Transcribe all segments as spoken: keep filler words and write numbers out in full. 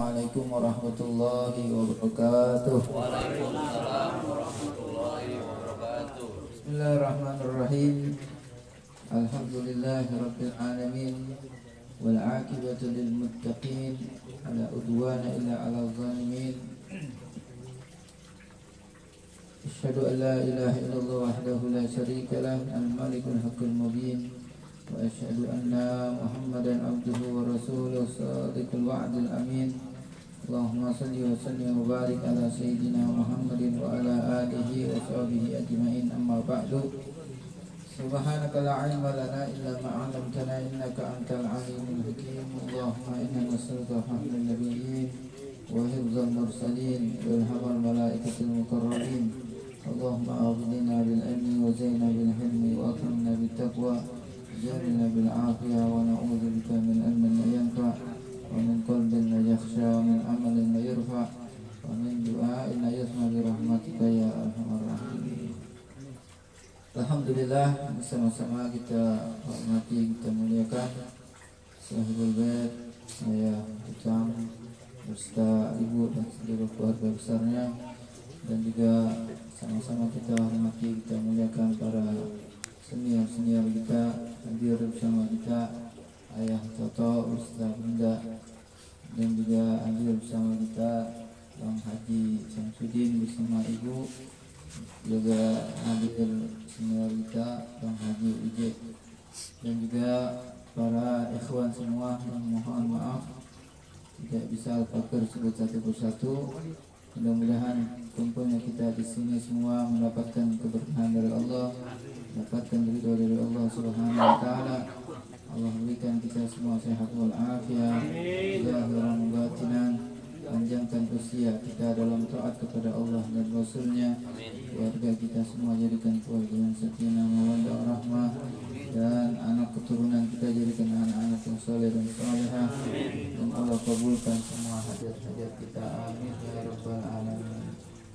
Assalamualaikum warahmatullahi wabarakatuh. Waalaikumsalam warahmatullahi wabarakatuh. Bismillahirrahmanirrahim. Alhamdulillahi rabbil alamin. Wal aqibatu lil muttaqin. La udwana illa 'alal zalimin. Asyhadu an la ilaha illallah wahdahu la syarika lah, al-malikul haqqul mubin. Wa asyhadu anna Muhammadan abduhu wa rasuluhu shadiqul wa'dil amin. Allahumma salli wa sallim wa barik ala sayyidina Muhammadin wa ala alihi wa sahbihi ajma'in, amma ba'du. Subhanaka la ilma lana illa ma 'allamtana innaka antal alimul hakim. Allahumma inna nas'aluka fahmal nabiyyin wa hifdzal mursalin wa ilhamal malaikatil muqarrabin. Allahumma aghnina bil ilmi wa zaina bil hilmi wa akrimna bit taqwa. جعلنا بالعافية ونعوذ بك من علم لا ينفع ومن قلب لا يخشى ومن عمل لا يرفع ومن دعاء لا يسمع برحمتك يا أرحم الراحمين. Alhamdulillah, bersama-sama kita hormati, kita muliakan Sahibul Bait, Ayah Ucam beserta ibu dan seluruh keluarga besarnya, dan juga sama-sama kita hormati, kita muliakan para senior-senior kita, hadir bersama kita Ayah Toto beserta Bunda, dan juga hadir bersama kita Bang Haji Syamsuddin bersama Ibu, juga hadir senior kita Bang Haji Ujek, dan juga para ikhwan semua yang mohon maaf tidak bisa al-fakir sebut satu persatu. Mudah-mudahan kumpulnya kita di sini semua mendapatkan keberkahan dari Allah, mendapatkan ridho dari Allah Subhanahu wa taala. Allah berikan kita semua sehat wal afiat, zahiran batinan, panjangkan usia kita dalam taat kepada Allah dan Rasulnya. Keluarga kita semua jadikan keluarga yang sakinah mawaddah rahmah, dan anak keturunan kita jadikan anak-anak yang saleh dan salehah, dan Allah kabulkan semua hajat-hajat kita, amin ya rabbal alamin.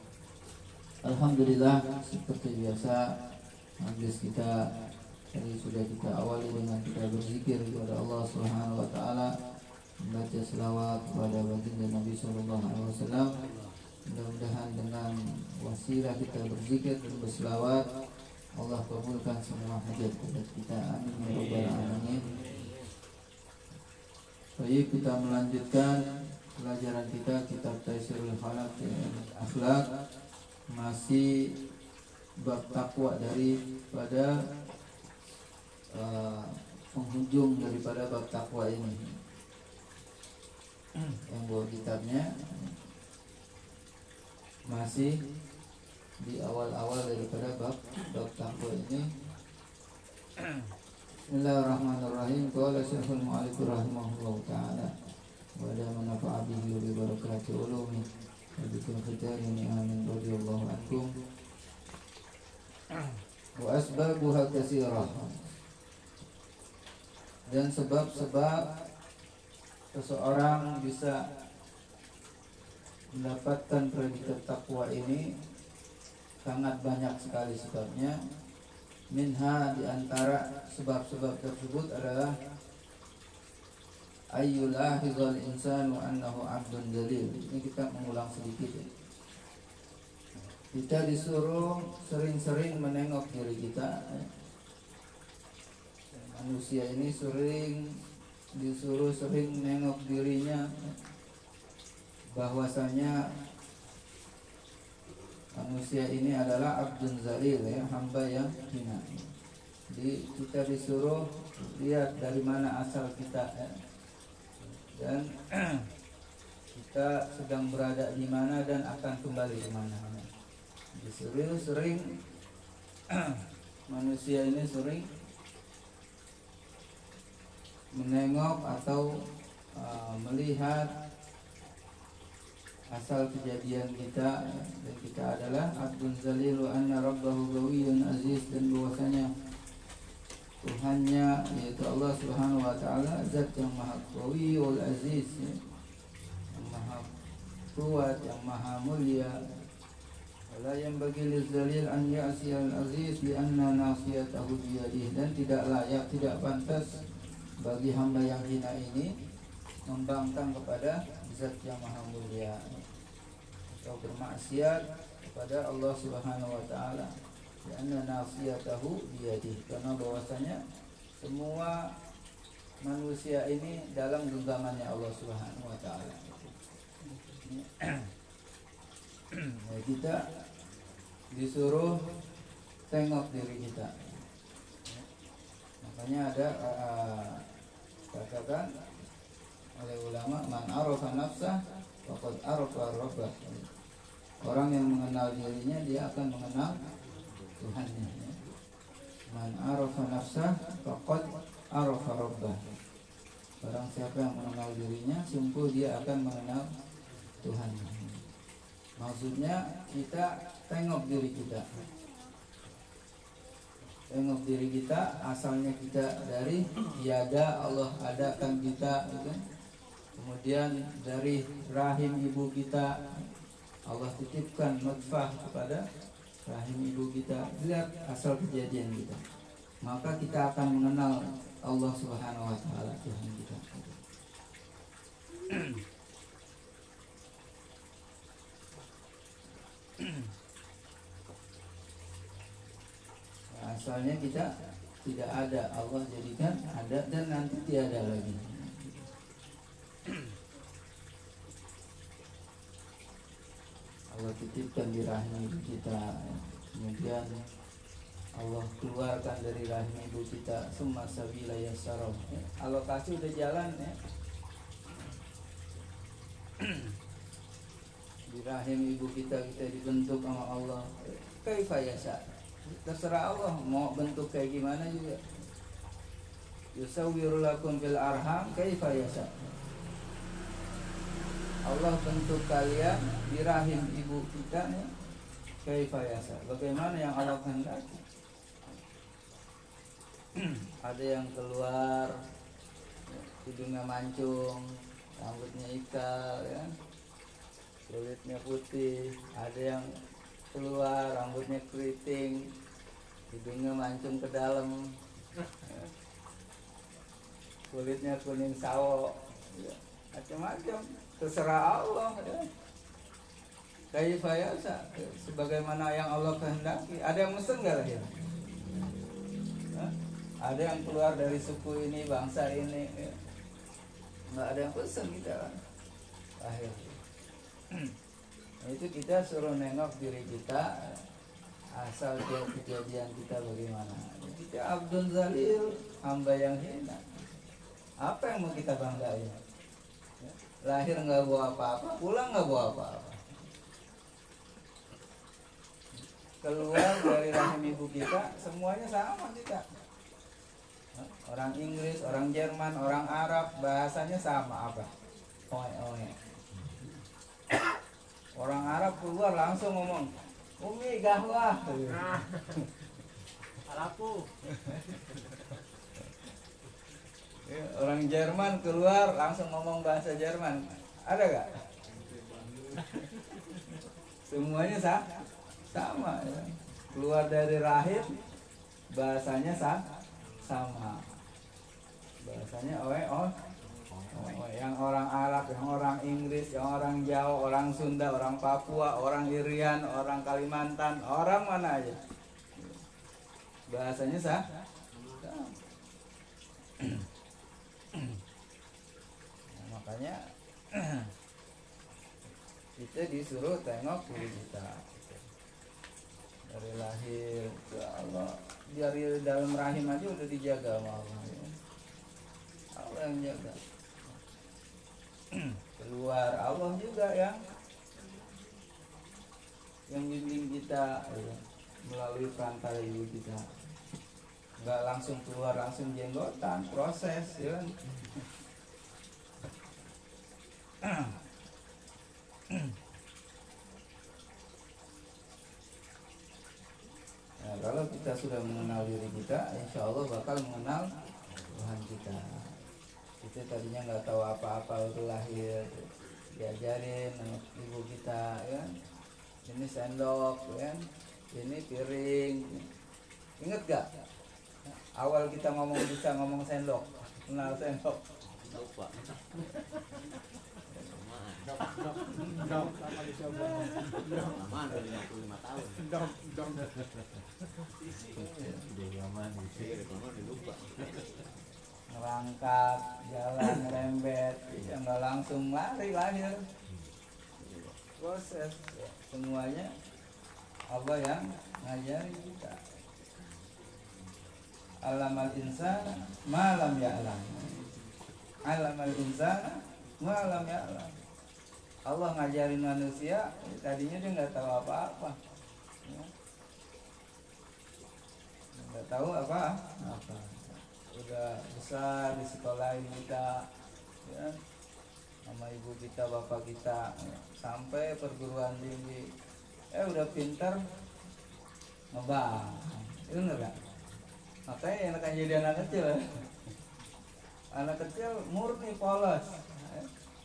Alhamdulillah, seperti biasa majlis kita tadi sudah kita awali dengan kita berzikir kepada Allah Subhanahu wa taala, membaca selawat kepada baginda Nabi sallallahu alaihi wasallam. Mudah-mudahan dengan wasilah kita berzikir dan berselawat, Allah kabulkan semua hajat-hajat kita, amin ya rabbal alamin. Baik, kita melanjutkan pelajaran kita kitab Taisirul Khalaq Akhlak, masih bab takwa daripada uh, penghujung daripada bab takwa ini. Yang bawa kitabnya masih di awal-awal daripada bab bab takwa ini. Bismillahirrahmanirrahim. Qala Syekhul Mu'allif rahimahullahu ta'ala wa la manafa'a bihi wa bi barakati ulumi wa bi khitami amin radhiyallahu ankum. Wa asbabuha katsirah. Dan sebab-sebab seseorang bisa mendapatkan predikat takwa ini sangat banyak sekali sebabnya. Minha, diantara sebab-sebab tersebut adalah ayyulahizal insanu annahu abdun dalil. Ini kita mengulang sedikit ya. Kita disuruh sering-sering menengok diri kita. Manusia ini sering disuruh sering menengok dirinya, bahwasanya manusia ini adalah abdun zalil ya, hamba yang hina. Jadi kita disuruh lihat dari mana asal kita ya, dan kita sedang berada di mana dan akan kembali ke mana. Disuruh sering manusia ini sering menengok atau uh, melihat asal kejadian kita, dan kita adalah abdun zalil wa anna rabbahu qawiyyun aziz, dan bahwasanya Tuhannya yaitu Allah Subhanahu wa taala zat yang maha qawi wal aziz, yang maha kuat, yang maha mulia. Wala yanbaghi lizalil an ya'siyal aziz li anna nasiyatahu biyadihi, dan tidak layak, tidak pantas bagi hamba yang hina ini membangkang kepada zat yang maha mulia, atau bermaksiat kepada Allah Subhanahu wa taala, karena nasiyatahu biyadihi, karena bahwasanya semua manusia ini dalam genggamannya Allah Subhanahu wa taala. Ya, kita disuruh tengok diri kita. Makanya ada uh, katakan oleh ulama, man arafa nafsah faqad arafa rabbah. Orang yang mengenal dirinya, dia akan mengenal Tuhannya. Man arafa nafsah faqad arafa rabbah. Barang siapa yang mengenal dirinya, sungguh dia akan mengenal Tuhannya. Maksudnya kita tengok diri kita. Tengok diri kita, asalnya kita dari tiada, Allah adakan kita, gitu. Kemudian dari rahim ibu kita, Allah titipkan nutfah kepada rahim ibu kita. Lihat asal kejadian kita, maka kita akan mengenal Allah Subhanahu wa taala, Tuhan kita. Asalnya kita tidak ada, Allah jadikan ada, dan nanti tiada lagi. Allah titipkan di rahim ibu kita, kemudian Allah keluarkan dari rahim ibu kita, summa sabila yassara. Alokasi udah jalan ya. Di rahim ibu kita kita dibentuk sama Allah. Kaifa yasha. Terserah Allah mau bentuk kayak gimana juga. Yusawwiru lakum fil arham kaifa yasha. Allah bentuk kalian di rahim ibu kita nih, kaifa yasha, bagaimana yang Allah kehendaki. Ada yang keluar hidungnya mancung, rambutnya ikal, ya, kulitnya putih. Ada yang keluar rambutnya keriting, hidungnya mancung ke dalam, ya, kulitnya kuning sawo, ya, macam-macam. Terserah Allah, ya. Kaifa yasha, sebagaimana yang Allah kehendaki. Ada yang mesen nggak lahir? Hah? Ada yang keluar dari suku ini, bangsa ini, ya. Nggak ada yang pesen kita kan lahir. Nah, itu kita suruh nengok diri kita, asal kejadian kita bagaimana. Kita abdun zalil, hamba yang hina. Apa yang mau kita banggain? Lahir nggak bawa apa-apa, pulang nggak bawa apa-apa. Keluar dari rahim ibu kita, semuanya sama kita. Orang Inggris, orang Jerman, orang Arab, bahasanya sama apa? Oe oe. Orang Arab keluar langsung ngomong, Umi gahwah. Alapu. Orang Jerman keluar langsung ngomong bahasa Jerman. Ada gak? Semuanya sah? Sama ya. Keluar dari rahim, bahasanya sah? Sama. Bahasanya oe oh. Oh, yang orang Arab, yang orang Inggris, yang orang Jawa, orang Sunda, orang Papua, orang Irian, orang Kalimantan, orang mana aja, bahasanya sah? Sama. Nah, makanya kita disuruh tengok diri kita dari lahir ke Allah. Dari dalam rahim aja udah dijaga sama Allah, ya. Allah yang jaga. Keluar Allah juga yang yang bimbing kita, ya, melalui perantara ibu kita. Nggak langsung keluar langsung jenggotan, proses, ya. Nah, kalau kita sudah mengenal diri kita, insya Allah bakal mengenal Tuhan kita. Kita tadinya nggak tahu apa-apa waktu lahir, diajarin sama ibu kita, ya. Ini sendok, ya. Ini piring. Ingat gak? Awal kita ngomong bisa ngomong sendok, kenal sendok. Lupa. Aman udah lima puluh lima tahun. Ngerangkap, jalan, ngerembet, ya nggak langsung lari lahir. Proses ya, semuanya Allah yang ngajari kita. Alamal insana ma lam ya'lam. Alamal insana ma lam ya'lam. Allah ngajarin manusia, tadinya dia nggak tahu apa-apa, ya. Nggak tahu apa apa. Udah besar di sekolah kita, ya. Sama ibu kita, bapak kita, ya. Sampai perguruan tinggi, eh udah pintar ngebang, itu enggak? Makanya enak jadi anak kecil, ya. Anak kecil murni polos, ya.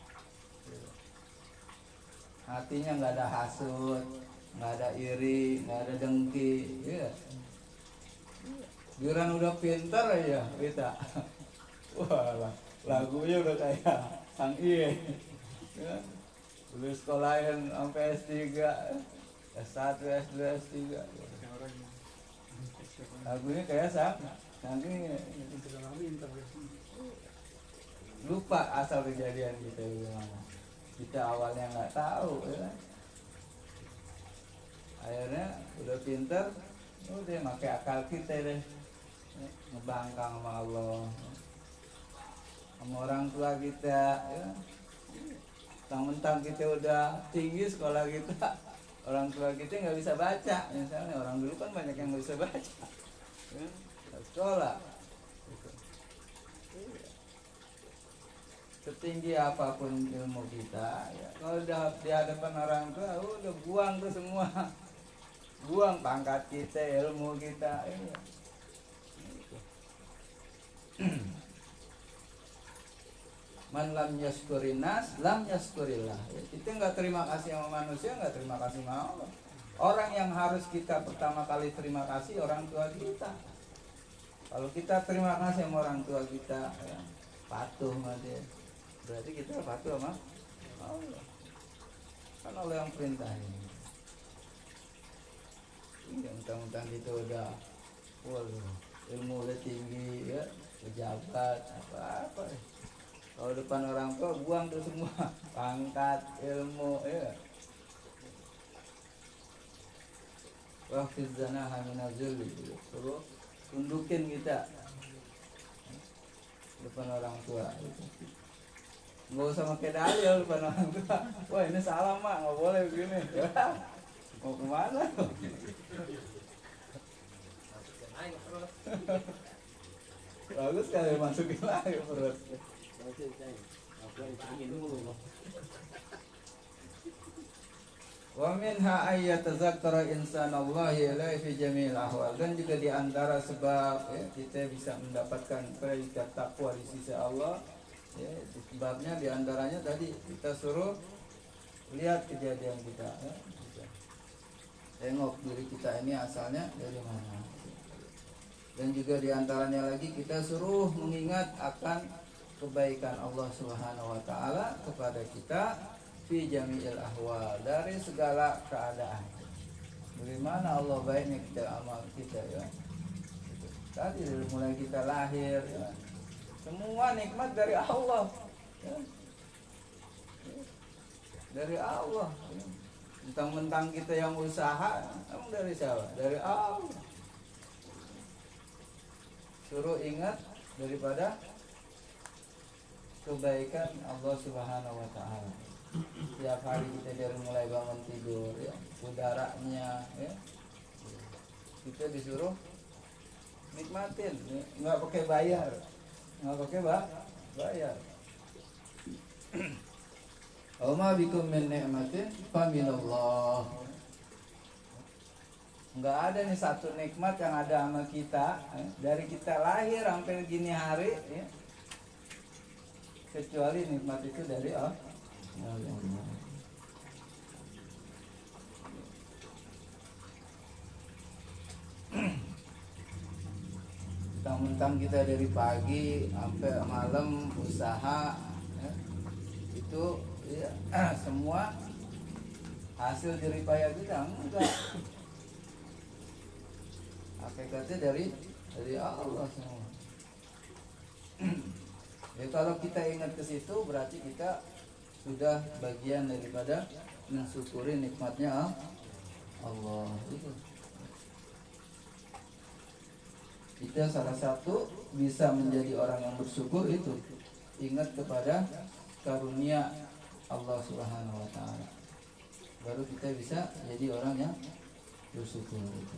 Hatinya nggak ada hasut, nggak ada iri, nggak ada dengki, ya. Giliran udah pintar aja kita, wah lagunya udah kayak Sang Iye, ya. Udah sekolahin sampai S tiga, S satu, S dua, S tiga, lagunya kayak Sang Sang Iye. Lupa asal kejadian kita gimana. Kita awalnya nggak tahu, ya. Akhirnya udah pintar, udah pakai akal kita deh, ngebangkang sama Allah, sama orang tua kita, ya. Mentang-mentang kita udah tinggi sekolah kita, orang tua kita nggak bisa baca, misalnya orang dulu kan banyak yang nggak bisa baca, ya. Sekolah. Setinggi apapun ilmu kita, ya, kalau udah di hadapan orang tua, udah buang tuh semua, buang pangkat kita, ilmu kita, ya. Man lam yaskurin nas, lam yaskurillah. Ya, kita nggak terima kasih sama manusia, nggak terima kasih sama Allah. Orang yang harus kita pertama kali terima kasih orang tua kita. Kalau kita terima kasih sama orang tua kita, ya, patuh sama dia, berarti kita patuh sama Allah. Kan Allah yang perintahin. Yang mentang-mentang kita udah, waduh, ilmu udah tinggi, ya, pejabat, apa-apa. Ya. Kalau depan orang tua buang tuh semua pangkat, ilmu, ya. Wah fizzana haminazul gitu. Suruh tundukin kita depan orang tua. Nggak usah pakai dalil depan orang tua. Wah ini salah mak, nggak boleh begini. Ya, mau kemana? Bagus kali masukin lagi perut. Wa minha ayyatazakkara insanallahi ilaihi fi jamil ahwal. Dan juga di antara sebab, ya, kita bisa mendapatkan predikat takwa di sisi Allah, ya, sebabnya di antaranya tadi kita suruh lihat kejadian kita, ya. Tengok diri kita ini asalnya dari mana. Dan juga di antaranya lagi kita suruh mengingat akan kebaikan Allah Subhanahu wa taala kepada kita fi jami'il ahwal, dari segala keadaan. Bagaimana Allah baiknya kita amal kita, ya. Tadi dari mulai kita lahir, ya. Semua nikmat dari Allah, ya. Dari Allah, ya. Mentang-mentang kita yang usaha, emang dari siapa? Dari Allah. Suruh ingat daripada kebaikan Allah Subhanahu wa taala. Setiap hari kita dari mulai bangun tidur, ya, udaranya, ya, kita disuruh nikmatin, ya. Nggak pakai bayar, nggak pakai bah, bayar. Oma bikum min ni'matin fa minallah. Nggak ada nih satu nikmat yang ada sama kita, ya, dari kita lahir sampai gini hari, ya, kecuali nikmat itu dari Allah. Mentang-mentang kita dari pagi sampai malam usaha, ya, itu, ya, semua hasil jerih payah kita, enggak. Hakikatnya dari dari Allah semua. Ya kalau kita ingat ke situ berarti kita sudah bagian daripada mensyukuri nikmatnya Allah. Itu. Kita salah satu bisa menjadi orang yang bersyukur itu ingat kepada karunia Allah Subhanahu wa taala. Baru kita bisa jadi orang yang bersyukur itu.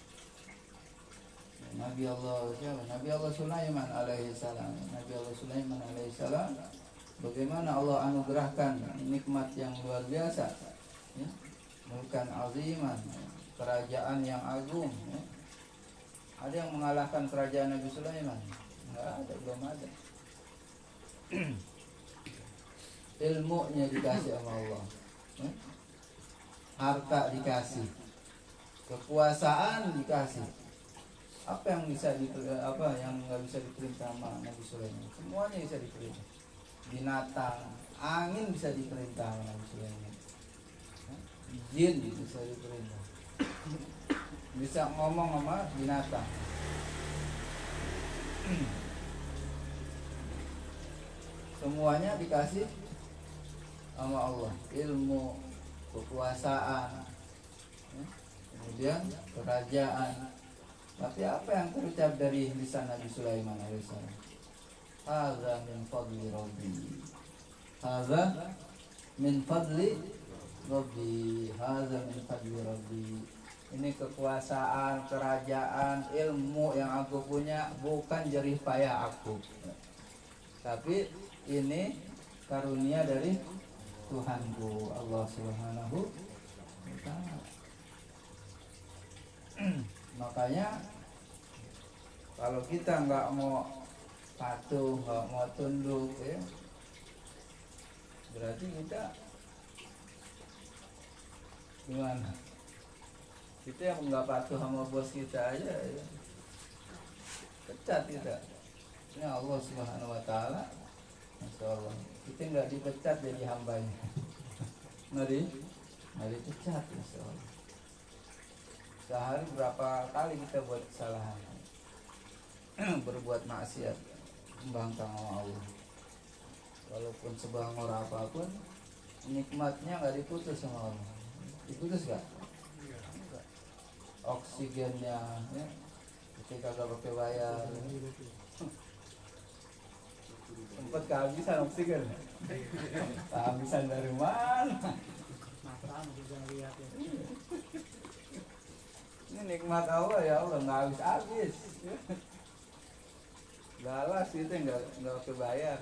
Nabi Allah siapa? Nabi Allah Sulaiman alaihi salam. Nabi Allah Sulaiman alaihi salam, bagaimana Allah anugerahkan nikmat yang luar biasa, ya? Mulkan aziman, kerajaan yang agung, ya? Ada yang mengalahkan kerajaan Nabi Sulaiman? Enggak ada, belum ada. Ilmunya dikasih sama Allah, ya? Harta dikasih, kekuasaan dikasih. Apa yang bisa di, apa yang nggak bisa diperintah sama Nabi Sulaiman? Semuanya bisa diperintah. Binatang, angin bisa diperintah sama Nabi Sulaiman. Jin bisa diperintah. Bisa ngomong sama binatang. Semuanya dikasih sama Allah. Ilmu, kekuasaan, kemudian kerajaan. Tapi apa yang terucap dari lisan Nabi Sulaiman alaihissalam? Hadza min fadli Rabbi. Hadza min fadli Rabbi. Hadza min fadli Rabbi. Ini kekuasaan, kerajaan, ilmu yang aku punya bukan jerih payah aku. Tapi ini karunia dari Tuhanku Allah Subhanahu wa taala. Makanya kalau kita nggak mau patuh, nggak mau tunduk, ya, berarti kita gimana? Kita yang nggak patuh sama bos kita aja, ya, pecat kita. Ini Allah Subhanahu Wa Taala, Masya Allah. Kita nggak dipecat jadi hambanya, nggak di, nggak dipecat, Masya Allah. Sehari berapa kali kita buat kesalahan, berbuat maksiat, membangkang sama Allah. Walaupun sebangor apapun, nikmatnya nggak diputus sama Allah. Diputus gak? Enggak. Oksigennya, ya, ketika gak pakai bayar, sempat kehabisan oksigen. Kehabisan dari mana? Ini nikmat Allah ya Allah, nggak habis-habis. Galas itu nggak nggak kebayar.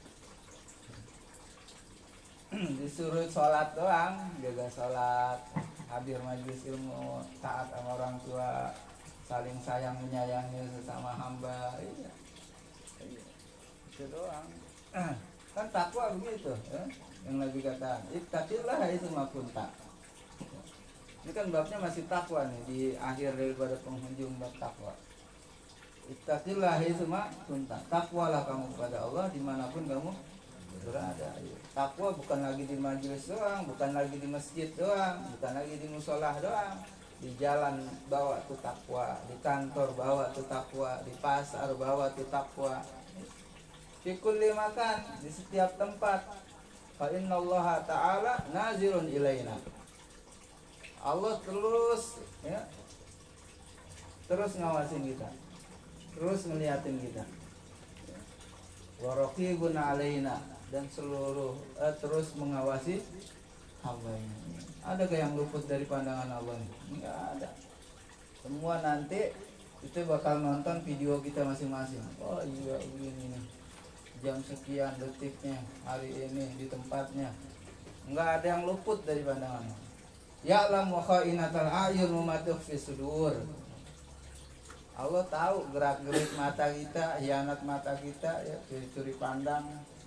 Disuruh sholat doang, jaga sholat, hadir majelis ilmu, taat sama orang tua, saling sayang menyayangi sesama hamba. Iya. Iya. Itu doang. Kan takwa begitu, ya? Yang Nabi katakan, ittaqillah itu maupun tak. Ini kan babnya masih takwa nih, di akhir daripada penghujung bab takwa. Ittaqillah isma kunta. Takwalah kamu kepada Allah dimanapun kamu berada. Takwa bukan lagi di majelis doang, bukan lagi di masjid doang, bukan lagi di musolah doang. Di jalan bawa tuh takwa, di kantor bawa tuh takwa, di pasar bawa tuh takwa. Di kulli makan, di setiap tempat. Fa innallaha ta'ala nazirun ilaina. Allah terus, ya, terus ngawasin kita, terus ngeliatin kita. Wa raqibun alaina, dan seluruh eh, terus mengawasi hamba-Nya. Adakah yang luput dari pandangan Allah? Enggak ada. Semua nanti kita bakal nonton video kita masing-masing. Oh iya begini nih, jam sekian detiknya, hari ini di tempatnya. Enggak ada yang luput dari pandangan Allah. Ya'lamu kha'inatal a'yun wa ma tukhfi sudur. Allah tahu gerak-gerik mata kita, hianat mata kita, ya, curi-curi pandang.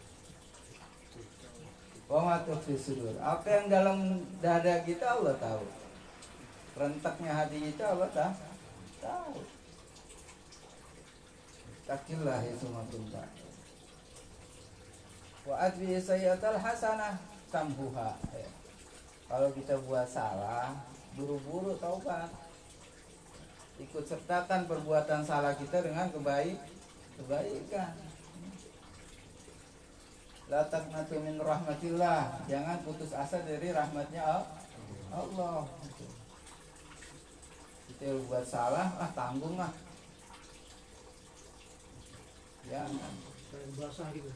Wa ma tukhfi sudur. Apa yang dalam dada kita Allah tahu. Rentaknya hati kita Allah tahu. Tahu. Takillah itu makunta. Wa adbi sayyatal hasanah tamhuha. Ya. kalau kita buat salah, buru-buru taubat. Ikut sertakan perbuatan salah kita dengan kebaik kebaikan. La taqnatu min rahmatillah, jangan putus asa dari rahmatnya Allah. Kita buat salah, ah tanggung lah. Ya, basah gitu.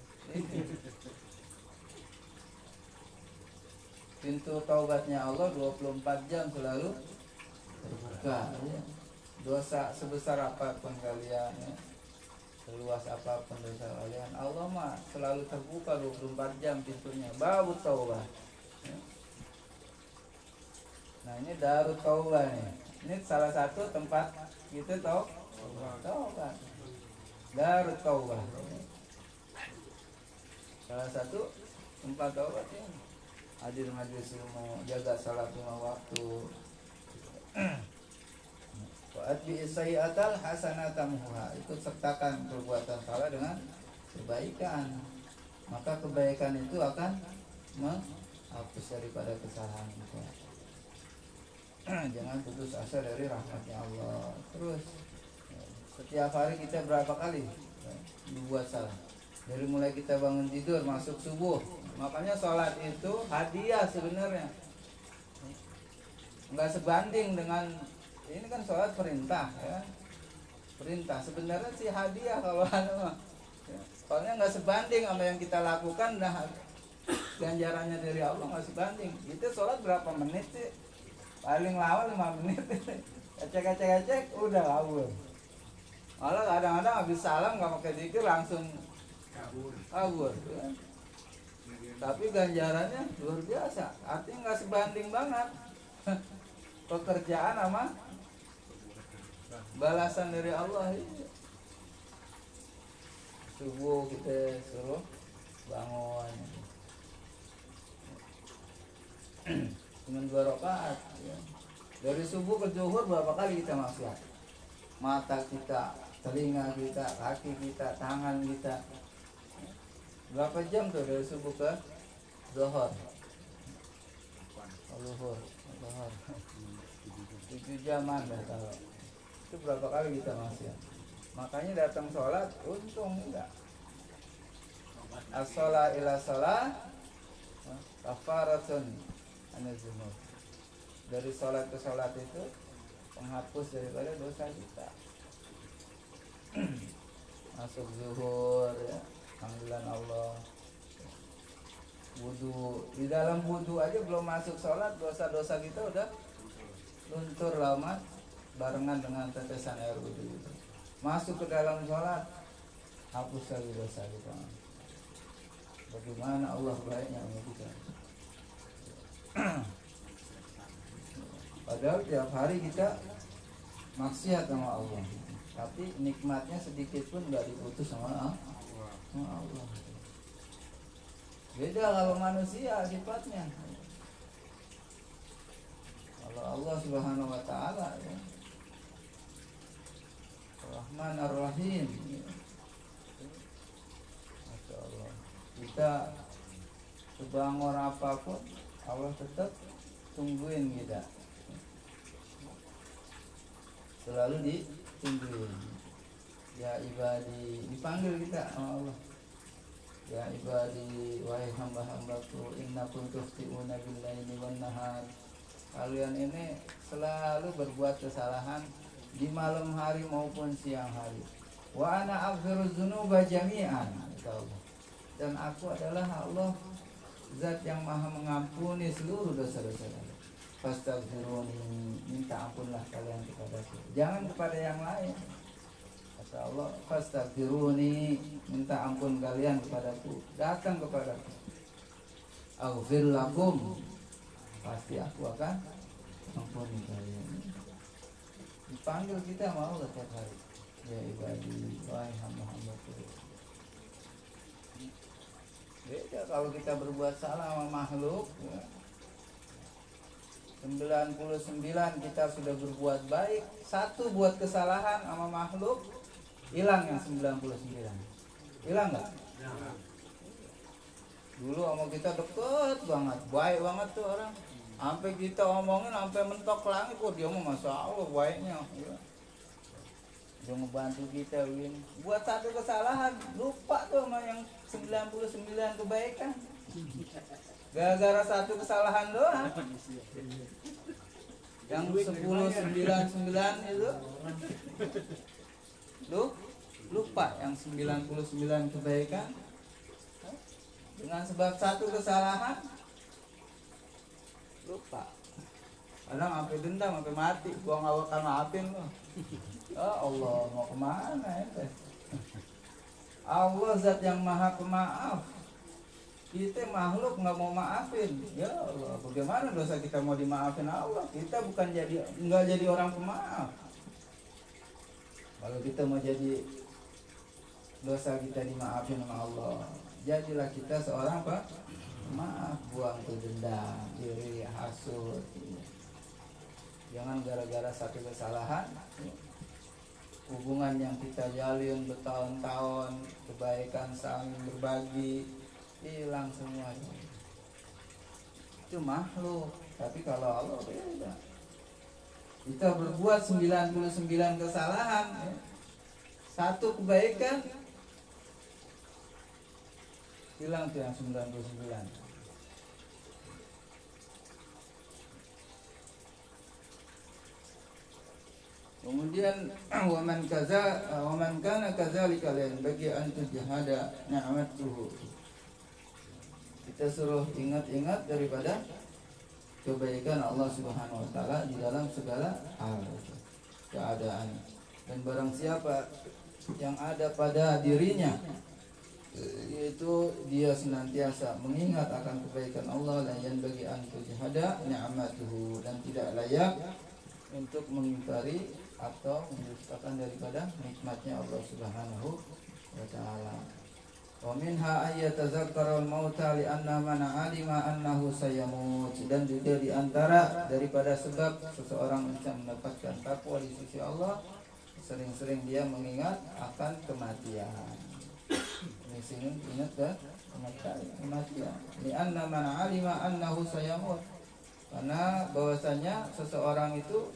Pintu taubatnya Allah dua puluh empat jam selalu terbuka. Ya. Dosa sebesar apapun kalian, ya, seluas apapun dosa kalian, Allah mah selalu terbuka dua puluh empat jam pintunya, babu taubat. Ya. Nah ini Darut Taubat nih. Ini salah satu tempat kita tahu taubat. Darut Taubat. Salah satu tempat taubat ini. Hadir majelis ilmu, jaga salat lima waktu. Wa'atbi sayyi'atal hasanatamhuha, ikut sertakan perbuatan salah dengan kebaikan, maka kebaikan itu akan menghapus daripada kesalahan kita. Jangan putus asa dari rahmatnya Allah. Terus setiap hari kita berapa kali dibuat salah, dari mulai kita bangun tidur masuk subuh. Makanya sholat itu hadiah sebenarnya, nggak sebanding dengan ini kan sholat perintah, ya. Perintah sebenarnya sih hadiah kalau ada, ya. Soalnya nggak sebanding sama yang kita lakukan, nah ganjarannya dari Allah nggak sebanding. Itu sholat berapa menit sih? Paling lama lima menit. Ecek-ecek-ecek udah kabur. Malah kadang-kadang habis salam nggak pakai zikir langsung kabur. Kabur. Ya. Tapi ganjarannya luar biasa. Artinya nggak sebanding banget pekerjaan sama balasan dari Allah. Subuh kita suruh bangun cuma dua rakaat, ya. Dari subuh ke zuhur berapa kali kita maksiat? Mata kita, telinga kita, kaki kita, tangan kita. Berapa jam tuh dari subuh ke zuhur? Zuhur, zuhur. tujuh jaman dah kalau. Itu berapa kali kita maksiat? Makanya datang sholat untung enggak. As-sholat ila sholat kafaratun anazunub. Dari sholat ke sholat itu penghapus daripada dosa kita. Masuk zuhur, ya, panggilan Allah. Wudu, di dalam wudu aja belum masuk sholat, dosa-dosa kita udah luntur lama barengan dengan tetesan air wudu itu. Masuk ke dalam sholat, hapus lagi dosa kita. Bagaimana Allah baiknya sama kita. Padahal tiap hari kita maksiat sama Allah, tapi nikmatnya sedikit pun nggak diputus sama Allah. Beda kalau manusia sifatnya. Kalau Allah Subhanahu Wa Taala, ya, Rahman Ar-Rahim, ya. Masya Allah. Kita sebangor apapun Allah tetap tungguin kita, selalu ditungguin. Ya ibadi, dipanggil kita sama Allah. Ya ibadi, wahai hamba-hambaku, innakum tukhti'una bil-laili wan-nahar. Kalian ini selalu berbuat kesalahan di malam hari maupun siang hari. Wa ana aghfiruz dzunuba jami'an. Dan aku adalah Allah, Zat yang maha mengampuni seluruh dosa-dosa kalian. Fastaghfiruni, minta ampunlah kalian kepadaku, jangan kepada yang lain. Kata Allah, fastaghfiruni, minta ampun kalian kepadaku, datang kepadaku. Aghfir lakum, pasti aku akan ampuni kalian. Dipanggil kita sama Allah tiap hari. Ya ibadi, wahai hamba-hambaku. Beda kalau kita berbuat salah sama makhluk, ya. sembilan puluh sembilan kita sudah berbuat baik, satu buat kesalahan sama makhluk, hilang yang sembilan puluh sembilan. Hilang nggak? Dulu sama kita deket banget, baik banget tuh orang. Sampai kita omongin sampai mentok langit, kok dia mau masya Allah baiknya. Ya. Dia ngebantu kita Win. Buat satu kesalahan, lupa tuh sama yang sembilan puluh sembilan kebaikan. Gara-gara satu kesalahan doang. Yang sepuluh sembilan sembilan itu lu lupa yang sembilan puluh sembilan kebaikan dengan sebab satu kesalahan lupa. Kadang sampai dendam sampai mati, gua nggak bakal maafin lo. Oh Allah, mau kemana ya? Allah zat yang maha pemaaf. Kita makhluk nggak mau maafin. Ya Allah, bagaimana dosa kita mau dimaafin Allah? Kita bukan jadi nggak jadi orang pemaaf. Kalau kita mau jadi dosa kita dimaafin sama Allah, jadilah kita seorang apa? Maaf, buang tuh dendam, iri, hasud. Jangan gara-gara satu kesalahan, hubungan yang kita jalin bertahun-tahun, kebaikan saling berbagi, hilang semuanya. Itu makhluk, tapi kalau Allah beda. Kita berbuat sembilan puluh sembilan kesalahan, ya. Satu kebaikan hilang tuh yang sembilan puluh sembilan. Kemudian waman kaza waman kana kadzalika lain bagi antu jahada ni'matuhu. Kita suruh ingat-ingat daripada kebaikan Allah Subhanahu wa taala di dalam segala hal keadaan. Dan barang siapa yang ada pada dirinya yaitu dia senantiasa mengingat akan kebaikan Allah dan yang bagi antu jahada ni'matuhu, dan tidak layak untuk mengingkari atau mendustakan daripada nikmatnya Allah Subhanahu wa taala. Wa minha ayyatazakkara al-mauta li anna man 'alima annahu sayamut, dan juga di antara daripada sebab seseorang bisa mendapatkan takwa di sisi Allah, sering-sering dia mengingat akan kematian. Ini sini ingat ke kematian. Li anna man 'alima annahu sayamut, karena bahwasanya seseorang itu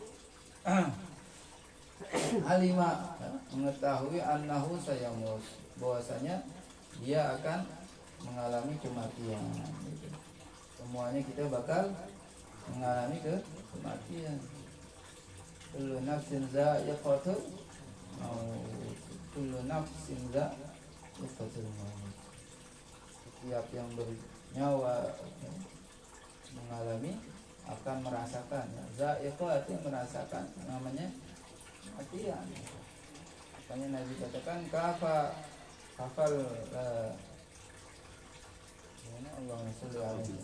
alima mengetahui annahu sayamut, bahwasanya dia akan mengalami kematian. Semuanya kita bakal mengalami ke kematian. Kullu nafsin za'iqatul maut. Kullu nafsin za'iqatul maut. Setiap yang bernyawa mengalami akan merasakan. Za'iqah itu merasakan, namanya kematian. Makanya Nabi katakan kafa kafal uh, Allahumma shalli alaihi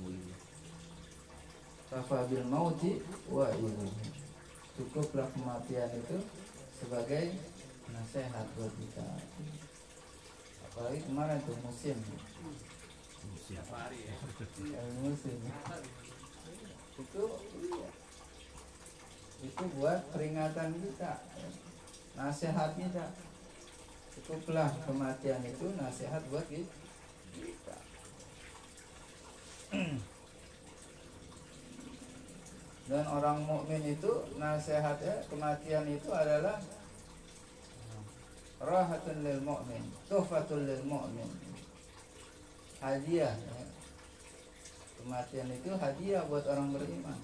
kafa bil mauti wa ilu. Cukuplah kematian itu sebagai nasihat buat kita. Apalagi kemarin tuh musim Siap hari ya. musim itu iya. Itu buat peringatan kita, nasihat kita. Cukuplah kematian itu nasihat buat kita. Dan orang mukmin itu nasihatnya kematian itu adalah rahatun lil mu'min, tuhfatul lil mu'min, hadiah. Ya. Kematian itu hadiah buat orang beriman.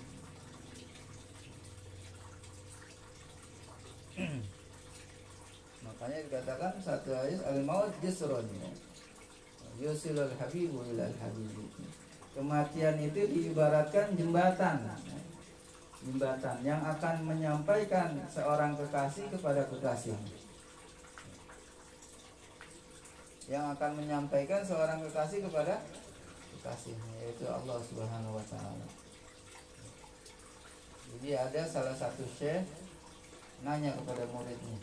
Makanya dikatakan satu hadis al-maut jisrun, yusilul habibu ilal habibi. Kematian itu diibaratkan jembatan, jembatan yang akan menyampaikan seorang kekasih kepada kekasih, yang akan menyampaikan seorang kekasih kepada kekasihnya, yaitu Allah Subhanahu wa taala. Jadi ada salah satu syekh nanya kepada muridnya,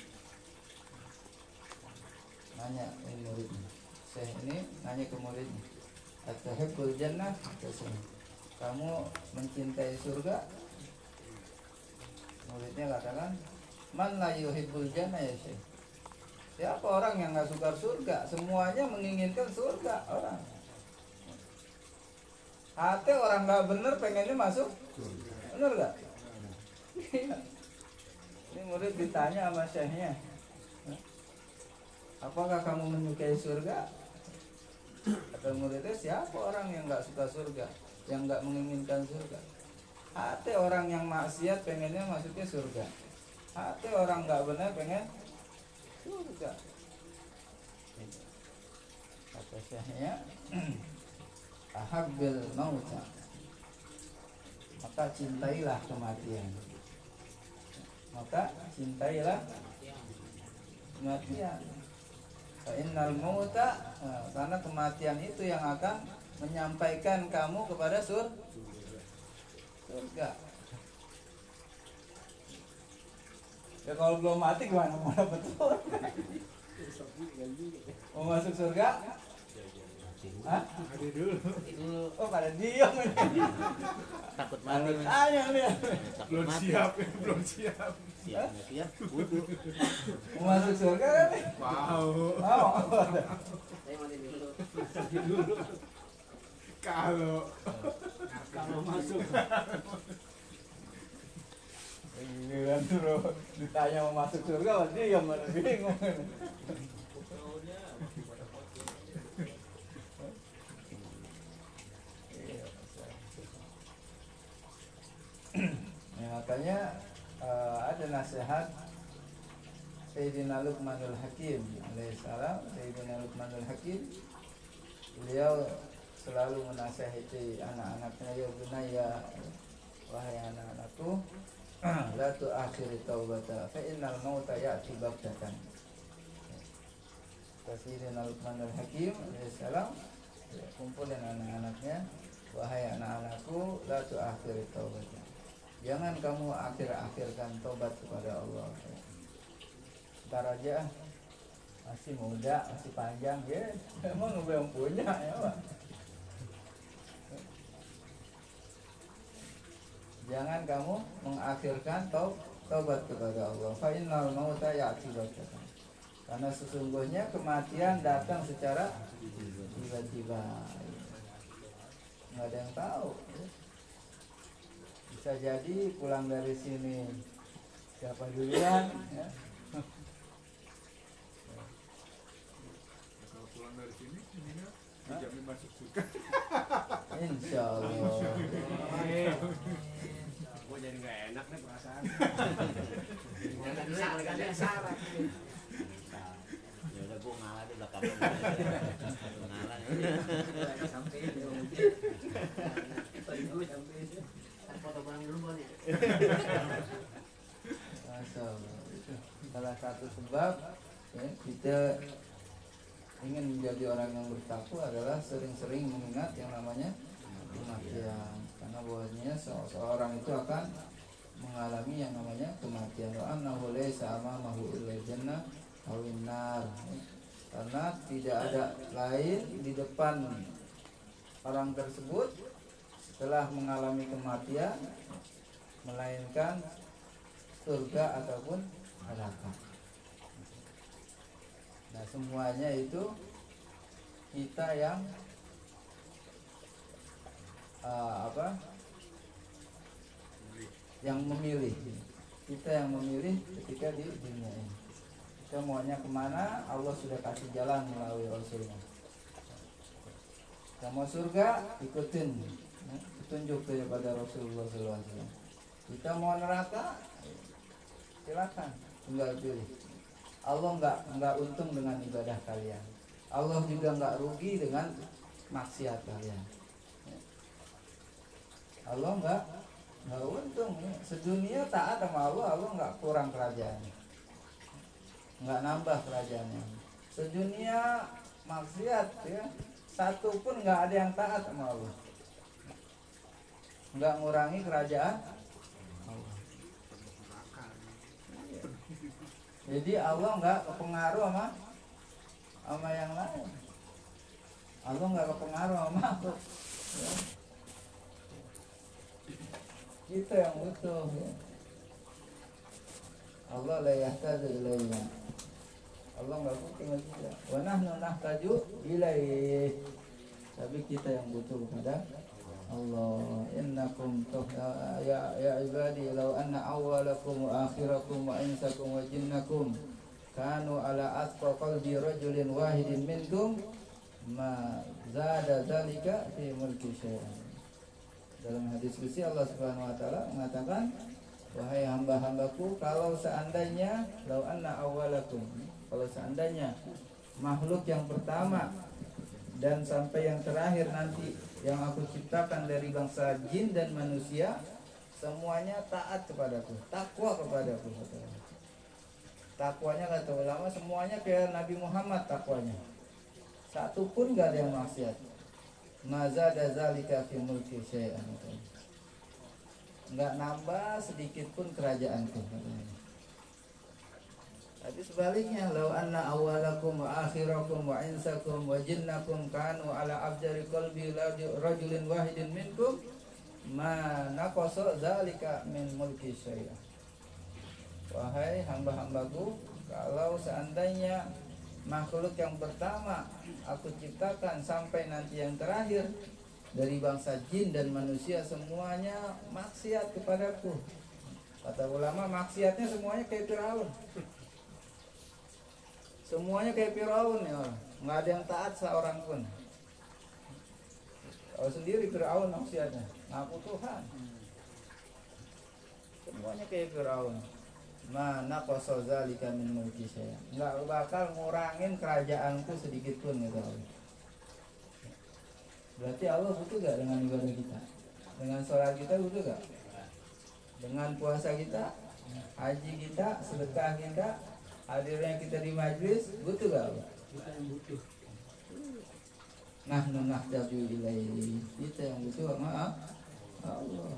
nanya ini muridnya, syekh ini nanya ke muridnya, At-tuhibbul jannah? Kamu mencintai surga? Muridnya katakan, man la yuhibbul jannah ya syekh. Siapa orang yang gak suka surga? Semuanya menginginkan surga orang. Hati orang nggak bener pengennya masuk, bener nggak? Ini murid ditanya sama syekhnya, apakah kamu menyukai surga? Kata muridnya, siapa orang yang nggak suka surga, yang nggak menginginkan surga? Hati orang yang maksiat pengennya masuknya surga. Hati orang nggak benar pengen surga. Kata syekhnya, ahabbil mauta, maka cintailah kematian. Maka cintailah kematian. Innal mauta, nah, karena kematian itu yang akan menyampaikan kamu kepada sur surga. Ya kalau belum mati gimana mau dapat surga? Mau masuk surga? Hah? Ada dulu. Oh pada diam ini. Takut mati. Tanya nih. Belum siap, belum siap. Siap, siap. Wudhu. Mau masuk surga kan nih? Mau. Mau. Saya mandi dulu. Dulu. Kalau kalau masuk. Iya terus ditanya mau masuk surga, dia mana bingung. Ya, makanya uh, ada nasihat Sayyidina Luqmanul Hakim alaihissalam. Sayyidina Luqmanul Hakim, beliau selalu menasihati anak-anaknya, ya bunayya, wahai anak-anakku, la tu'akhiri taubata fa innal mauta ya'ti baghtatan. Sayyidina Luqmanul Hakim alaihissalam kumpulin anak-anaknya, wahai anak-anakku, la tu'akhiri taubata, jangan kamu akhir-akhirkan tobat kepada Allah. Ntar aja, masih muda, masih panjang, ya emang belum punya ya Pak. Jangan kamu mengakhirkan tobat kepada Allah. Fa innal mauta ya'ti baghtatan. Karena sesungguhnya kematian datang secara tiba-tiba. Nggak ada yang tahu. Bisa jadi pulang dari sini siapa duluan ya. Kalau pulang dari sini, ininya dijamin masuk surga. Insya Allah. Gue jadi nggak enak nih perasaan. Jangan salah, jangan salah. Ya udah gue ngalah di belakang. Ngalah. Sampai itu. Sampai itu. Foto barang dulu boleh. Masya Allah. Itu salah satu sebab ya, kita ingin menjadi orang yang bertakwa adalah sering-sering mengingat yang namanya kematian. Karena bahwasanya seorang itu akan mengalami yang namanya kematian. Wa annahu laysa amamahu illa jannah aw nar. Karena tidak ada lain di depan orang tersebut setelah mengalami kematian melainkan surga ataupun neraka. Nah, semuanya itu kita yang uh, apa? Yang memilih. Kita yang memilih ketika di dunia ini. Kita maunya kemana? Allah sudah kasih jalan melalui Rasulnya. Kita mau surga, ikutin ya, petunjuk daripada Rasulullah shallallahu alaihi wasallam. Kita mau neraka, silakan, tinggal pilih. Allah nggak nggak untung dengan ibadah kalian. Allah juga nggak rugi dengan maksiat kalian. Allah nggak nggak untung. Sedunia taat sama Allah, Allah nggak kurang kerajaannya, nggak nambah kerajaannya. Sedunia maksiat ya, satu pun nggak ada yang taat sama Allah, nggak ngurangi kerajaan Allah. Jadi Allah nggak kepengaruh sama sama yang lain. Allah nggak kepengaruh sama aku. Ya. Kita yang butuh. Ya. Allah la yahtaju ilayna. Allah nggak butuh sama kita. Wa nahnu nahtaju ilayhi. Tapi kita yang butuh kepada Allah. Innakum tuh ya ya ibadi law anna awwalakum wa akhirakum wa insakum wa jinnakum kanu ala atqa qalbi rajulin wahidin minkum ma zada dzalika fi mulki syai'an. Dalam hadis qudsi Allah Subhanahu wa taala mengatakan, wahai hamba-hambaku, kalau seandainya law anna awwalakum, kalau seandainya makhluk yang pertama dan sampai yang terakhir nanti yang aku ciptakan dari bangsa jin dan manusia semuanya taat kepadaku, takwa kepadaku. Takwanya kata ulama semuanya kayak Nabi Muhammad takwanya. Satu pun gak ada yang maksiat. Mazada zalika fi mulki syai'an. Enggak nambah sedikit pun kerajaanku. Tapi sebaliknya, law anna awwalakum wa akhirakum wa insakum wa jinnakum kanu ala afjari qalbi rajulin wahidin minkum ma naqasa zalika min mulki syai'an. Wahai hamba-hambaku, kalau seandainya makhluk yang pertama aku ciptakan sampai nanti yang terakhir dari bangsa jin dan manusia semuanya maksiat kepadaku. Kata ulama maksiatnya semuanya kayak Firaun. Semuanya kayak Firaun ya, nggak ada yang taat seorang pun. Kalau sendiri Firaun maksiatnya, ngaku Tuhan. Semuanya kayak Firaun. Mana qasa zalika min mulki syai'an. Enggak bakal ngurangin kerajaanku sedikit pun gitu. Berarti Allah butuh gak dengan ibadah kita? Dengan sholat kita butuh gak? Dengan puasa kita, haji kita, sedekah kita, hadirnya kita di majlis, butuh gak Allah? Kita yang butuh. Nahnu nahtaju ilaihi. Kita yang butuh maaf Allah.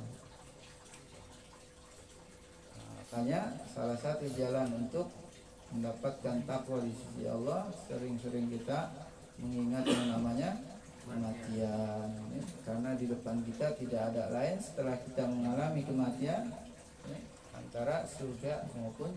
Makanya salah satu jalan untuk mendapatkan takwa di sisi Allah, sering-sering kita mengingat yang namanya kematian, ya. Karena di depan kita tidak ada lain setelah kita mengalami kematian, ya, antara surga maupun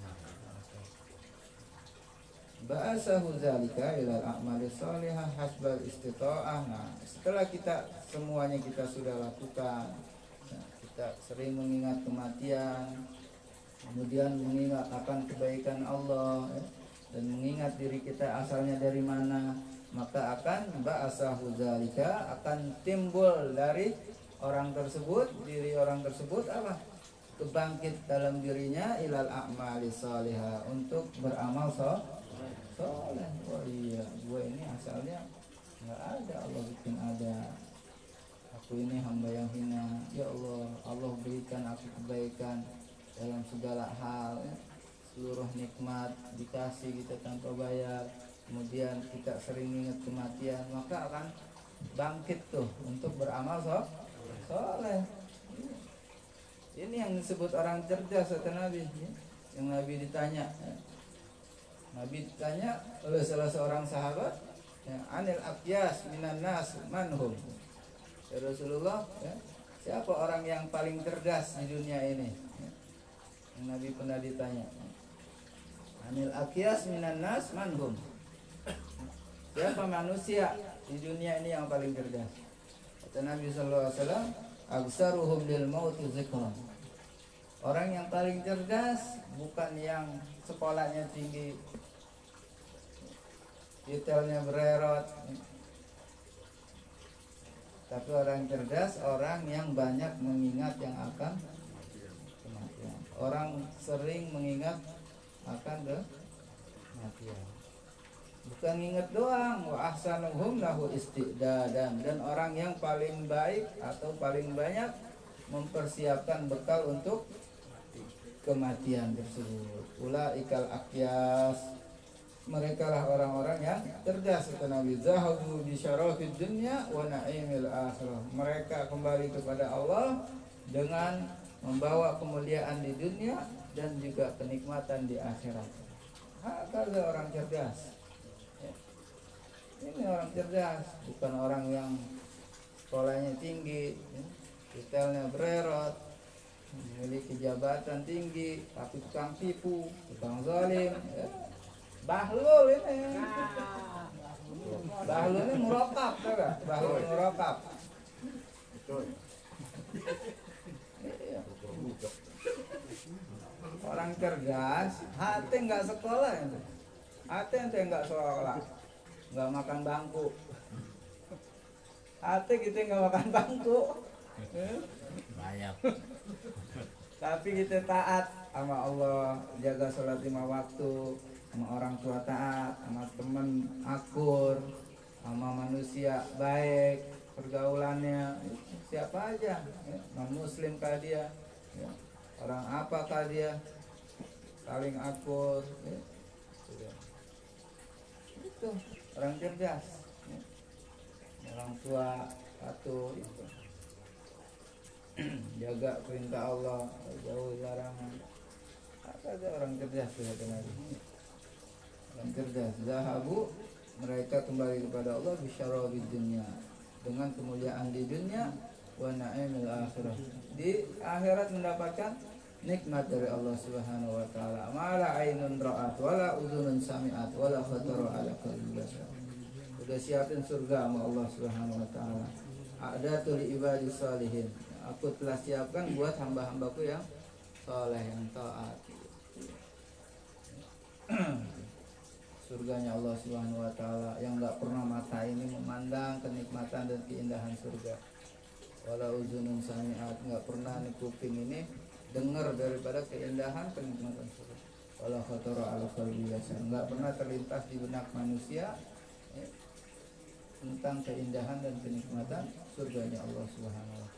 ba'asahu zalika ilal a'mali shalihah hasbal istita'ah. Nah, setelah kita semuanya kita sudah lakukan, ya, kita sering mengingat kematian, kemudian mengingat akan kebaikan Allah, ya, dan mengingat diri kita asalnya dari mana, maka akan ba'asahu zalika, akan timbul dari orang tersebut, diri orang tersebut apa? Kebangkit dalam dirinya ilal a'mali shalihah, untuk beramal soleh. Oh iya, gue ini asalnya nggak ada, Allah bikin ada. Aku ini hamba yang hina, ya Allah, Allah berikan aku kebaikan dalam segala hal, ya. Seluruh nikmat dikasih kita tanpa bayar. Kemudian kita sering ingat kematian, maka akan bangkit tuh untuk beramal so soleh. Ini yang disebut orang cerdas kata Nabi, ya. Yang Nabi ditanya, ya. Nabi ditanya oleh salah seorang sahabat, ya, anil akyas minan nas manhum. Ya Rasulullah, ya, siapa orang yang paling cerdas di dunia ini? Ya. Yang Nabi pernah ditanya, anil akyas minan nas manhum. Siapa manusia di dunia ini yang paling cerdas? Kata Nabi sallallahu alaihi wasallam, absaruhum lil maut zikran. Orang yang paling cerdas bukan yang sekolahnya tinggi, detailnya bererot, tapi orang cerdas orang yang banyak mengingat yang akan kematian. Orang sering mengingat akan kematian. Bukan ingat doang, wa ahsanuhum lahu istidadan, dan orang yang paling baik atau paling banyak mempersiapkan bekal untuk kematian tersebut. Ulaikal akyas, mereka lah orang-orang yang cerdas kata Nabi. Zahabu bi syarafid dunya wa na'imil akhirah. Mereka kembali kepada Allah dengan membawa kemuliaan di dunia dan juga kenikmatan di akhirat. Hakala orang cerdas. Ya. Ini orang cerdas, bukan orang yang sekolahnya tinggi, ya, detailnya bererot, memiliki jabatan tinggi, tapi tukang tipu, tukang zalim, ya. Bahlul ini, bahlul ini murokab, tahu gak? Bahlul murokab. Iya. Orang cerdas, hati nggak sekolah itu. Hati ente nggak sekolah, nggak makan bangku. Hati kita nggak makan bangku. Banyak. Tapi kita taat sama Allah, jaga sholat lima waktu, sama orang tua taat, sama teman akur, sama manusia baik, pergaulannya siapa aja, ya, non muslim kah dia, ya, orang apakah dia, saling akur, ya. Itu orang cerdas, ya. Orang tua patuh itu. Jaga perintah Allah, jauhi larangan. Apa ada orang cerdas lihat lagi. Orang cerdas, zahabu, mereka kembali kepada Allah bisyarabi dunya, dengan kemuliaan di dunia wa na'imil akhirah. Di akhirat mendapatkan nikmat dari Allah Subhanahu wa taala. Mala ainun ra'at wala udhunun sami'at wala khatara ala qalbi bashar. Sudah siapin surga sama Allah Subhanahu wa taala. A'datu li ibadi salihin. Aku telah siapkan buat hamba-hambaku yang soleh, yang taat. Surganya Allah Subhanahu wa taala yang enggak pernah mata ini memandang kenikmatan dan keindahan surga. Wala uzunun sami'at, enggak pernah nih kuping ini dengar daripada keindahan kenikmatan surga. Wala khatara ala qalbi bashar, enggak pernah terlintas di benak manusia ya, tentang keindahan dan kenikmatan surganya Allah Subhanahu wa taala.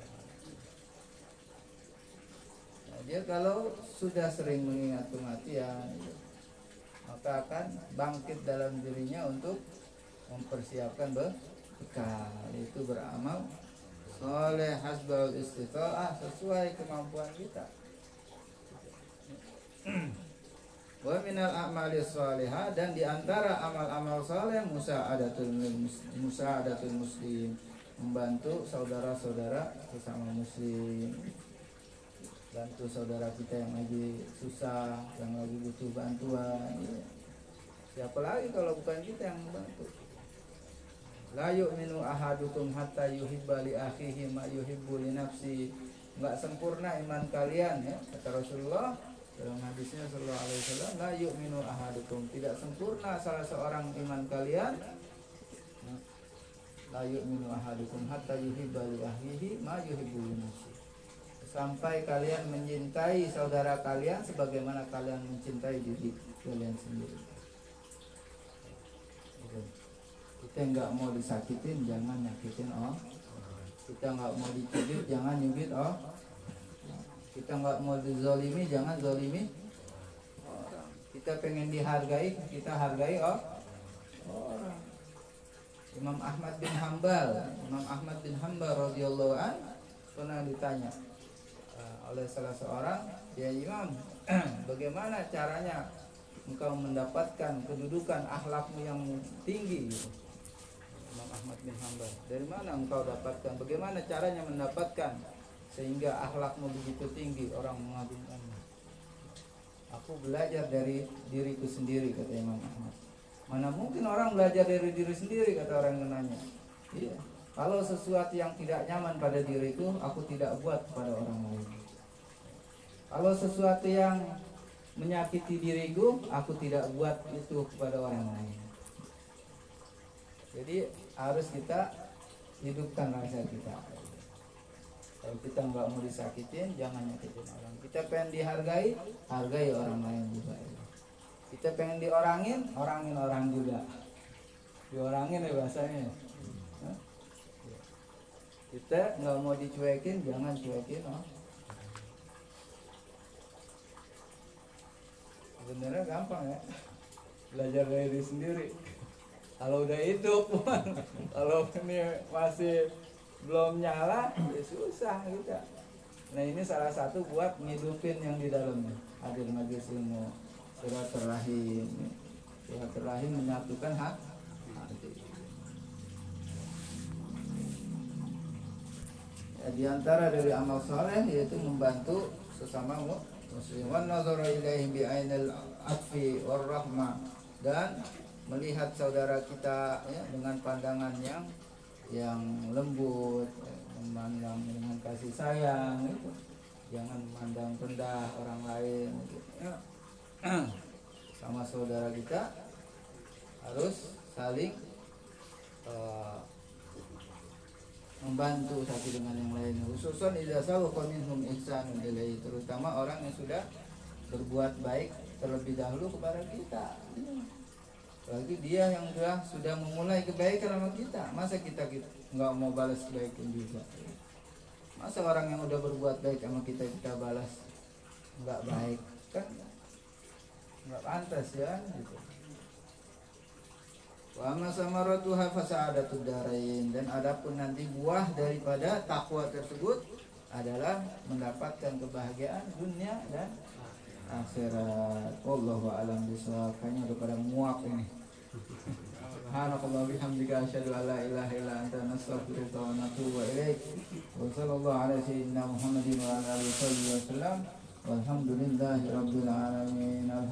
Dia kalau sudah sering mengingat kematian, maka akan bangkit dalam dirinya untuk mempersiapkan bekal, yaitu beramal soleh hasbal istita'ah, sesuai kemampuan kita. Wa minal a'mali sholihah, dan diantara amal-amal soleh musa'adatul musa'adatul muslim, membantu saudara-saudara sesama muslim. Bantu saudara kita yang lagi susah, yang lagi butuh bantuan, ya. Siapa lagi kalau bukan kita yang membantu? La yu'minu ahadukum hatta yuhibba li akhihi ma yuhibbu li nafsi. Enggak sempurna iman kalian, ya, kata Rasulullah dalam hadisnya sallallahu alaihi wasallam, la yu'minu ahadukum, tidak sempurna salah seorang iman kalian. La yu'minu ahadukum hatta yuhibba li akhihi ma yuhibbu li nafsi. Sampai kalian mencintai saudara kalian sebagaimana kalian mencintai diri kalian sendiri. Kita nggak mau disakitin, jangan nyakitin oh. Kita nggak mau dicubit, jangan nyubit oh. Kita nggak mau dizolimi, jangan zolimi orang. Kita pengen dihargai, kita hargai oh orang. Imam Ahmad bin Hambal, Imam Ahmad bin Hambal radhiyallahu an pernah ditanya oleh salah seorang, ya Imam, bagaimana caranya engkau mendapatkan kedudukan akhlakmu yang tinggi gitu. Imam Ahmad bin Hambal, dari mana engkau dapatkan, bagaimana caranya mendapatkan sehingga akhlakmu begitu tinggi, orang mengagungkanmu? Aku belajar dari diriku sendiri, kata Imam Ahmad. Mana mungkin orang belajar dari diri sendiri, kata orang yang nanya. Iya, kalau sesuatu yang tidak nyaman pada diriku, aku tidak buat pada orang lain. Kalau sesuatu yang menyakiti diriku, aku tidak buat itu kepada orang lain. Jadi harus kita hidupkan rasa kita. Kalau kita nggak mau disakitin, jangan nyakitin orang. Kita pengen dihargai, hargai orang lain juga. Kita pengen diorangin, orangin orang juga. Diorangin ya bahasanya. Kita nggak mau dicuekin, jangan cuekin. Oh. Sebenarnya gampang ya, belajar dari diri sendiri. Kalau udah hidup, kalau ini masih belum nyala, ya susah gitu. Nah ini salah satu buat ngidupin yang di dalamnya. Hadir majelis ilmu, silaturahim, silaturahim menyatukan hati. Ya, di antara dari amal soleh yaitu membantu sesama muslim, wan nazara ilaihi bi ainil atfi war rahmah, dan melihat saudara kita ya, dengan pandangan yang yang lembut, ya, memandang dengan kasih sayang itu. Jangan memandang rendah orang lain gitu. Ya. Sama saudara kita harus saling uh, membantu satu dengan yang lain, khususan idza sawaqa minhum ihsanun ilaihi, terutama orang yang sudah berbuat baik terlebih dahulu kepada kita. Lagi dia yang sudah sudah memulai kebaikan sama kita, masa kita kita nggak mau balas kebaikan juga? Masa orang yang udah berbuat baik sama kita kita balas nggak baik, kan nggak pantas ya gitu. Wa amma samaratuha fasa'adatud darain, dan adapun nanti buah daripada takwa tersebut adalah mendapatkan kebahagiaan dunia dan akhirat. Wallahu a'lam bishawab. Kayaknya udah pada muak ini. Subhanakallah bihamdika asyhadu an la ilaha illa anta nastaghfiruka wa natubu ilaik. Wa sallallahu ala sayyidina Muhammadin wa ala alihi wasallam. Walhamdulillahi rabbil alamin.